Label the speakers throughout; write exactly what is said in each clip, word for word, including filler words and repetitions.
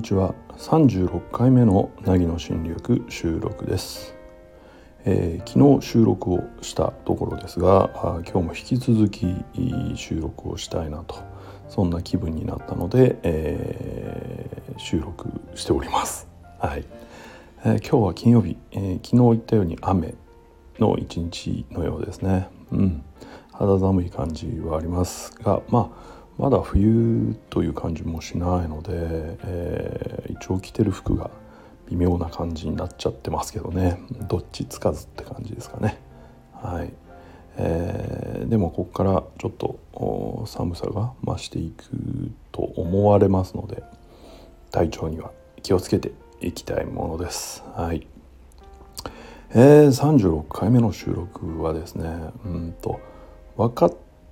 Speaker 1: ちは。さんじゅうろっかいめのなぎの心理学収録です。えー、昨日収録をしたところですが、あ今日も引き続き収録をしたいなと、そんな気分になったので、えー、収録しております。はい。えー、今日は金曜日、えー、昨日言ったように雨の一日のようですね。うん、肌寒い感じはありますが、まあまだ冬という感じもしないので、えー、一応着てる服が微妙な感じになっちゃってますけどね。どっちつかずって感じですかね。はい。えー、でもここからちょっと寒さが増していくと思われますので、体調には気をつけていきたいものです。はい。えー、さんじゅうろっかいめの収録はですね、うんと分か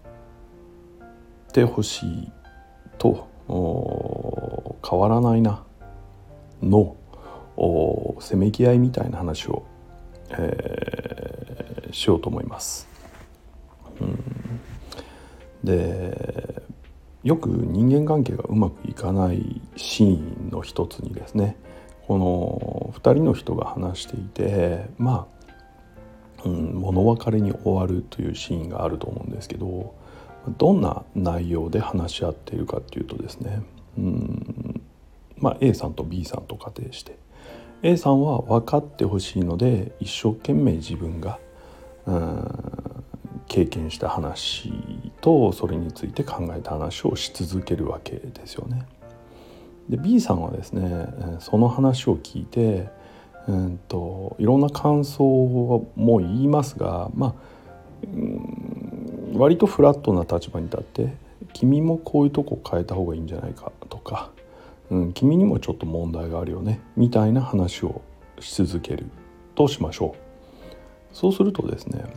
Speaker 1: ってほしいと変わらないなのせめぎ合いみたいな話を、えー、しようと思います。うん、でよく人間関係がうまくいかないシーンの一つにですね、このふたりの人が話していて、まあ、うん、物別れに終わるというシーンがあると思うんですけど、どんな内容で話し合っているかっていうとですね、うんまあ、A さんと B さんと仮定して、 A さんは分かってほしいので一生懸命自分がうん経験した話とそれについて考えた話をし続けるわけですよね。で B さんはですね、その話を聞いてうんといろんな感想も言いますが、まあうん割とフラットな立場に立って、君もこういうとこ変えた方がいいんじゃないかとか、うん、君にもちょっと問題があるよねみたいな話をし続けるとしましょう。そうするとですね、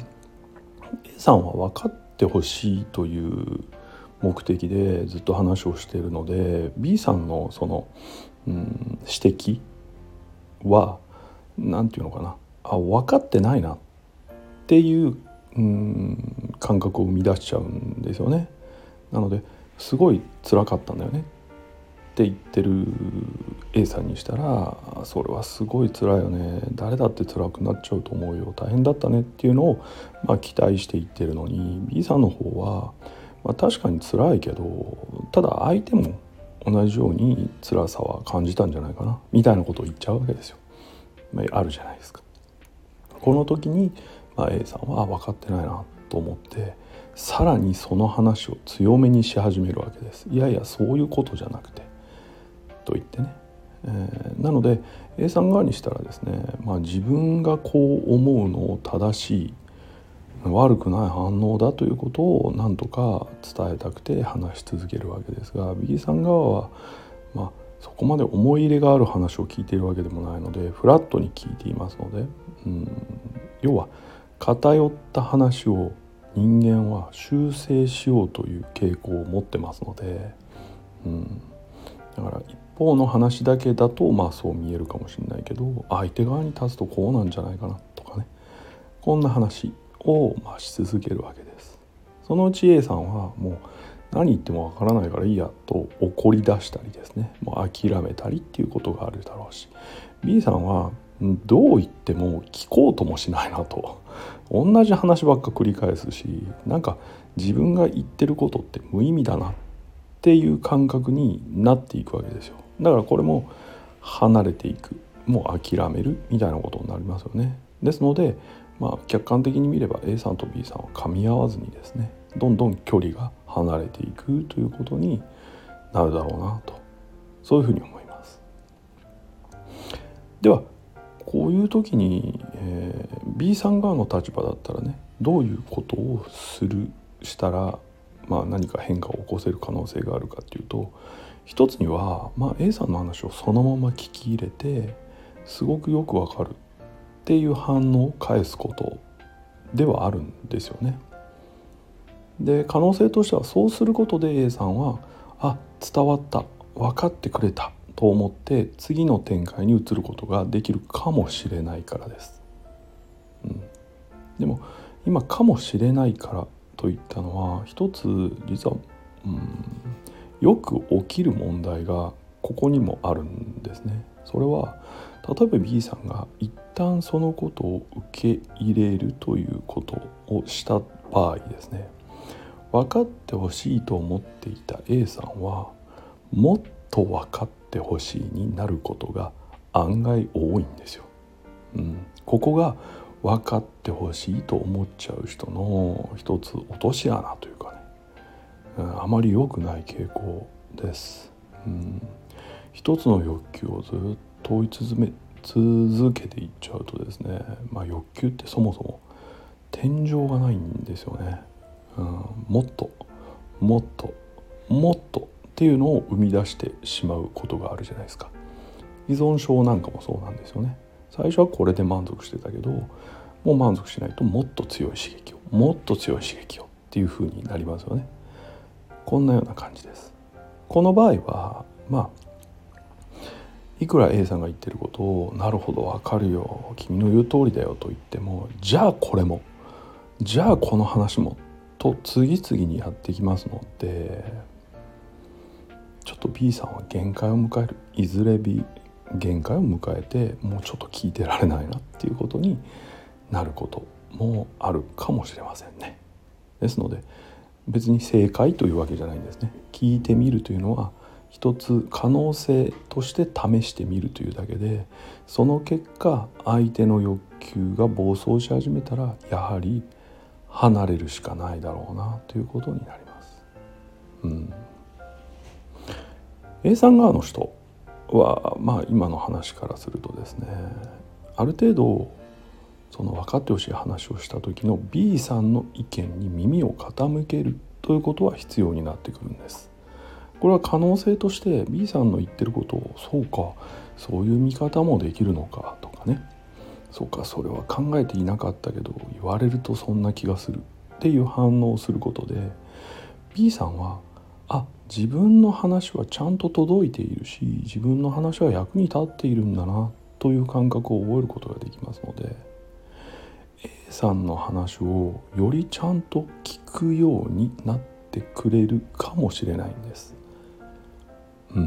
Speaker 1: A さんは分かってほしいという目的でずっと話をしているので、 B さんのその、うん、指摘は何て言うのかな、あ分かってないなっていううん感覚を生み出しちゃうんですよね。なのですごい辛かったんだよねって言ってる A さんにしたら、それはすごい辛いよね、誰だって辛くなっちゃうと思うよ、大変だったねっていうのを、まあ、期待して言ってるのに、 B さんの方は、まあ、確かに辛いけど、ただ相手も同じように辛さは感じたんじゃないかなみたいなことを言っちゃうわけですよ。まあ、あるじゃないですか。この時に、まあ、A さんは分かってないなと思って、さらにその話を強めにし始めるわけです。いやいやそういうことじゃなくてと言ってね、えー、なので A さん側にしたらですね、まあ、自分がこう思うのを正しい悪くない反応だということを何とか伝えたくて話し続けるわけですが、 B さん側は、まあ、そこまで思い入れがある話を聞いているわけでもないのでフラットに聞いていますので、うん、要は偏った話を人間は修正しようという傾向を持ってますので、うん、だから一方の話だけだとまあそう見えるかもしれないけど、相手側に立つとこうなんじゃないかなとかね、こんな話をまあし続けるわけです。そのうち A さんはもう何言ってもわからないからいいやと怒り出したりですね、もう諦めたりっていうことがあるだろうし、 B さんはどう言っても聞こうともしないなと、同じ話ばっか繰り返すし、なんか自分が言ってることって無意味だなっていう感覚になっていくわけですよ。だからこれも離れていく、もう諦めるみたいなことになりますよね。ですので、まあ、客観的に見れば A さんと B さんは噛み合わずにですね、どんどん距離が離れていくということになるだろうなと、そういうふうに思います。ではこういう時に、えー、B さん側の立場だったらね、どういうことをするしたら、まあ、何か変化を起こせる可能性があるかっていうと、一つには、まあ、A さんの話をそのまま聞き入れてすごくよくわかるっていう反応を返すことではあるんですよね。で可能性としては、そうすることで A さんはあ伝わった、分かってくれたと思って次の展開に移ることができるかもしれないからです。うん、でも今かもしれないからといったのは一つ実は、うん、よく起きる問題がここにもあるんですね。それは例えば B さんが一旦そのことを受け入れるということをした場合ですね、分かってほしいと思っていた A さんはもっと分かってほしいになることが案外多いんですよ。うん、ここが分かってほしいと思っちゃう人の一つ落とし穴というかね、うん、あまり良くない傾向です。うん、一つの欲求をずっと追い続め続けていっちゃうとですね、まあ、欲求ってそもそも天井がないんですよね。うん、もっともっともっとっていうのを生み出してしまうことがあるじゃないですか。依存症なんかもそうなんですよね。最初はこれで満足してたけど、もう満足しないともっと強い刺激をもっと強い刺激をっていう風になりますよね。こんなような感じです。この場合はまあいくら A さんが言ってることをなるほどわかるよ、君の言う通りだよと言っても、じゃあこれもじゃあこの話もと次々にやってきますので、ちょっと B さんは限界を迎える、いずれ B 限界を迎えてもうちょっと聞いてられないなっていうことになることもあるかもしれませんね。ですので別に正解というわけじゃないんですね。聞いてみるというのは一つ可能性として試してみるというだけで、その結果相手の欲求が暴走し始めたらやはり離れるしかないだろうなということになります。うん、A さん側の人はまあ今の話からするとですね、ある程度その分かってほしい話をした時の B さんの意見に耳を傾けるということは必要になってくるんです。これは可能性として B さんの言ってることをそうか、そういう見方もできるのかとかね、そうかそれは考えていなかったけど言われるとそんな気がするっていう反応をすることで B さんはあ、自分の話はちゃんと届いているし自分の話は役に立っているんだなという感覚を覚えることができますので、 A さんの話をよりちゃんと聞くようになってくれるかもしれないんです。うん、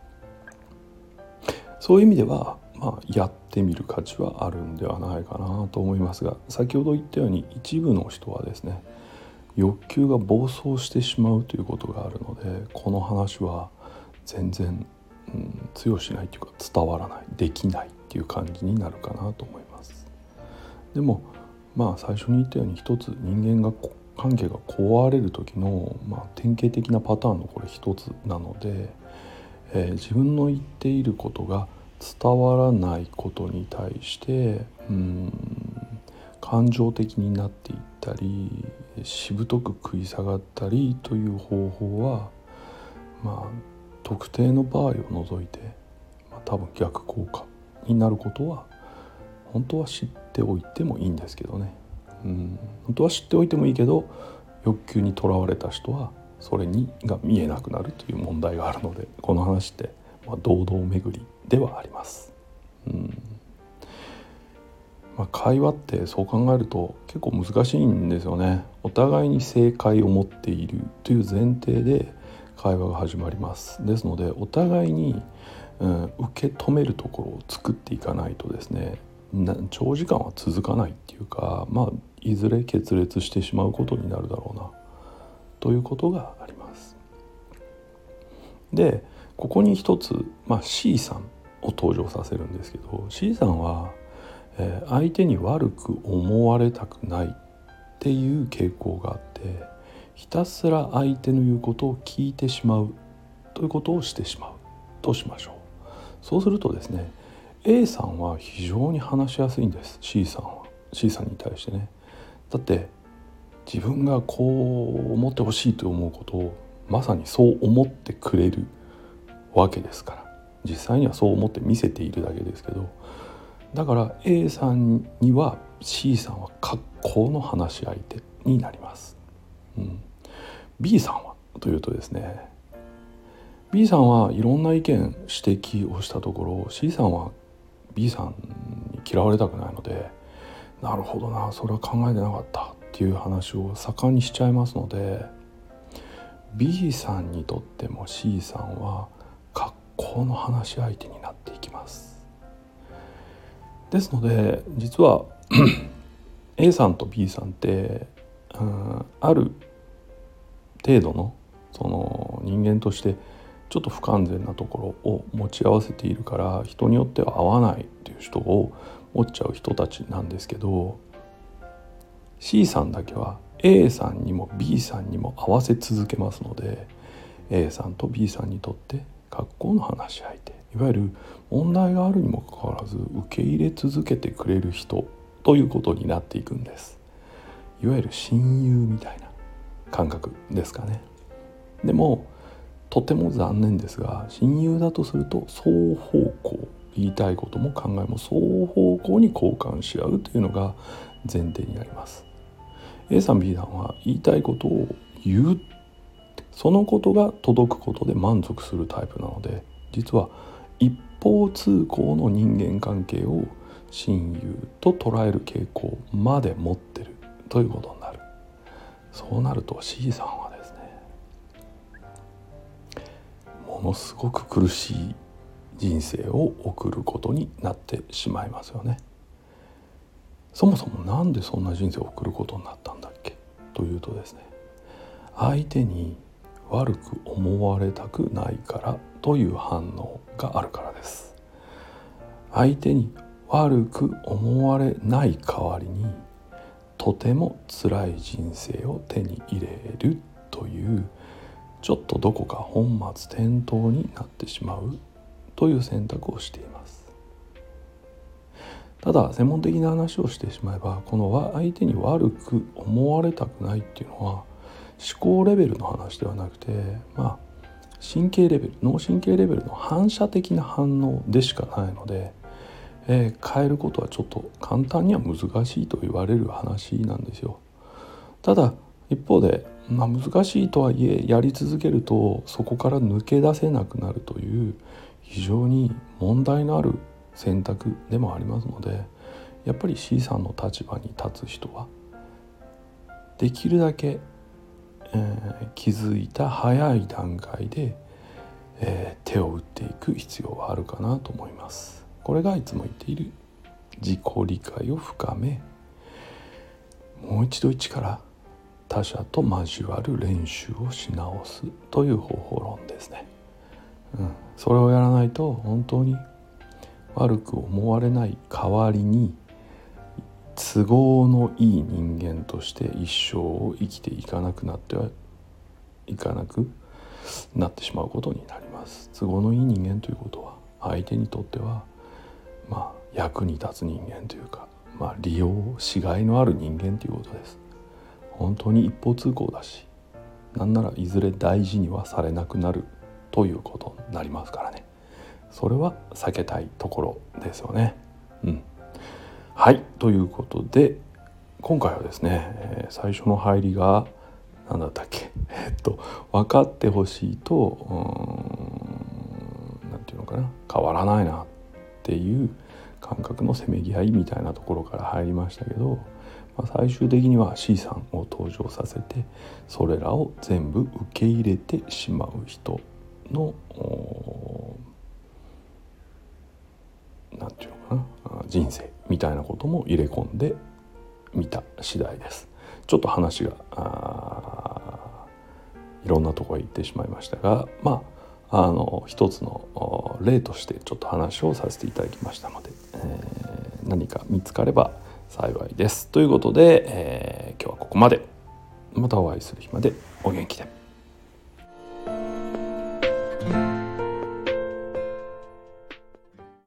Speaker 1: そういう意味では、まあ、やってみる価値はあるんではないかなと思いますが、先ほど言ったように一部の人はですね、欲求が暴走してしまうということがあるので、この話は全然、うん、通用しないというか伝わらない、できないっていう感じになるかなと思います。でもまあ最初に言ったように一つ人間が関係が壊れる時の、まあ、典型的なパターンのこれ一つなので、えー、自分の言っていることが伝わらないことに対してうーん感情的になっていったりしぶとく食い下がったりという方法は、まあ、特定の場合を除いて、まあ、多分逆効果になることは本当は知っておいてもいいんですけどね。うん、本当は知っておいてもいいけど欲求にとらわれた人はそれにが見えなくなるという問題があるので、この話って、まあ、堂々巡りではあります。うんまあ、会話ってそう考えると結構難しいんですよね。お互いに正解を持っているという前提で会話が始まります。ですのでお互いに、うん、受け止めるところを作っていかないとですね、長時間は続かないっていうか、まあいずれ決裂してしまうことになるだろうなということがあります。でここに一つ、まあ、C さんを登場させるんですけど、 C さんは、えー、相手に悪く思われたくないっていう傾向があって、ひたすら相手の言うことを聞いてしまうということをしてしまうとしましょう。そうするとですね、 A さんは非常に話しやすいんです。 C さんは C さんに対してね。だって自分がこう思ってほしいと思うことをまさにそう思ってくれるわけですから、実際にはそう思って見せているだけですけど、だから A さんには C さんは格好の話し相手になります。うん、B さんはというとですね、B さんはいろんな意見指摘をしたところ C さんは B さんに嫌われたくないので、なるほどな、それは考えてなかったっていう話を盛んにしちゃいますので、 B さんにとっても C さんは格好の話し相手になっていきます。ですので実はA さんと B さんって、うん、ある程度のその人間としてちょっと不完全なところを持ち合わせているから、人によっては合わないっていう人を持っちゃう人たちなんですけど、 C さんだけは A さんにも B さんにも合わせ続けますので、 A さんと B さんにとって格好の話し相手、いわゆる問題があるにもかかわらず受け入れ続けてくれる人ということになっていくんです。いわゆる親友みたいな感覚ですかね。でもとても残念ですが、親友だとすると双方向、言いたいことも考えも双方向に交換し合うというのが前提になります。 A さん B さんは言いたいことを言う、そのことが届くことで満足するタイプなので、実は一方通行の人間関係を親友と捉える傾向まで持ってるということになる。そうなると C さんはですね、ものすごく苦しい人生を送ることになってしまいますよね。そもそもなんでそんな人生を送ることになったんだっけというとですね、相手に悪く思われたくないからという反応があるからです。相手に悪く思われない代わりにとても辛い人生を手に入れるという、ちょっとどこか本末転倒になってしまうという選択をしています。ただ専門的な話をしてしまえば、この相手に悪く思われたくないっていうのは思考レベルの話ではなくて、まあ神経レベル、脳神経レベルの反射的な反応でしかないので、えー、変えることはちょっと簡単には難しいと言われる話なんですよ。ただ一方で、まあ、難しいとはいえやり続けるとそこから抜け出せなくなるという非常に問題のある選択でもありますので、やっぱり C さんの立場に立つ人はできるだけ、えー、気づいた早い段階で、えー、手を打っていく必要はあるかなと思います。これがいつも言っている自己理解を深め、もう一度一から他者と交わる練習をし直すという方法論ですね、うん、それをやらないと本当に悪く思われない代わりに都合のいい人間として一生を生きていかなくなってはいかなくなってしまうことになります。都合のいい人間ということは相手にとってはまあ役に立つ人間というか、まあ、利用しがいのある人間ということです。本当に一方通行だし、なんならいずれ大事にはされなくなるということになりますからね。それは避けたいところですよね。うん、はいということで今回はですね、えー、最初の入りが何だったっけえっと分かってほしいとうーんなんていうのかな、変わらないなっていう感覚のせめぎ合いみたいなところから入りましたけど、まあ、最終的には C さんを登場させてそれらを全部受け入れてしまう人のなんていうのかな、人生みたいなことも入れ込んでみた次第です。ちょっと話がいろんなところへ行ってしまいましたが、まああの一つの例としてちょっと話をさせていただきましたので、えー、何か見つかれば幸いです。ということで、えー、今日はここまで。またお会いする日までお元気で。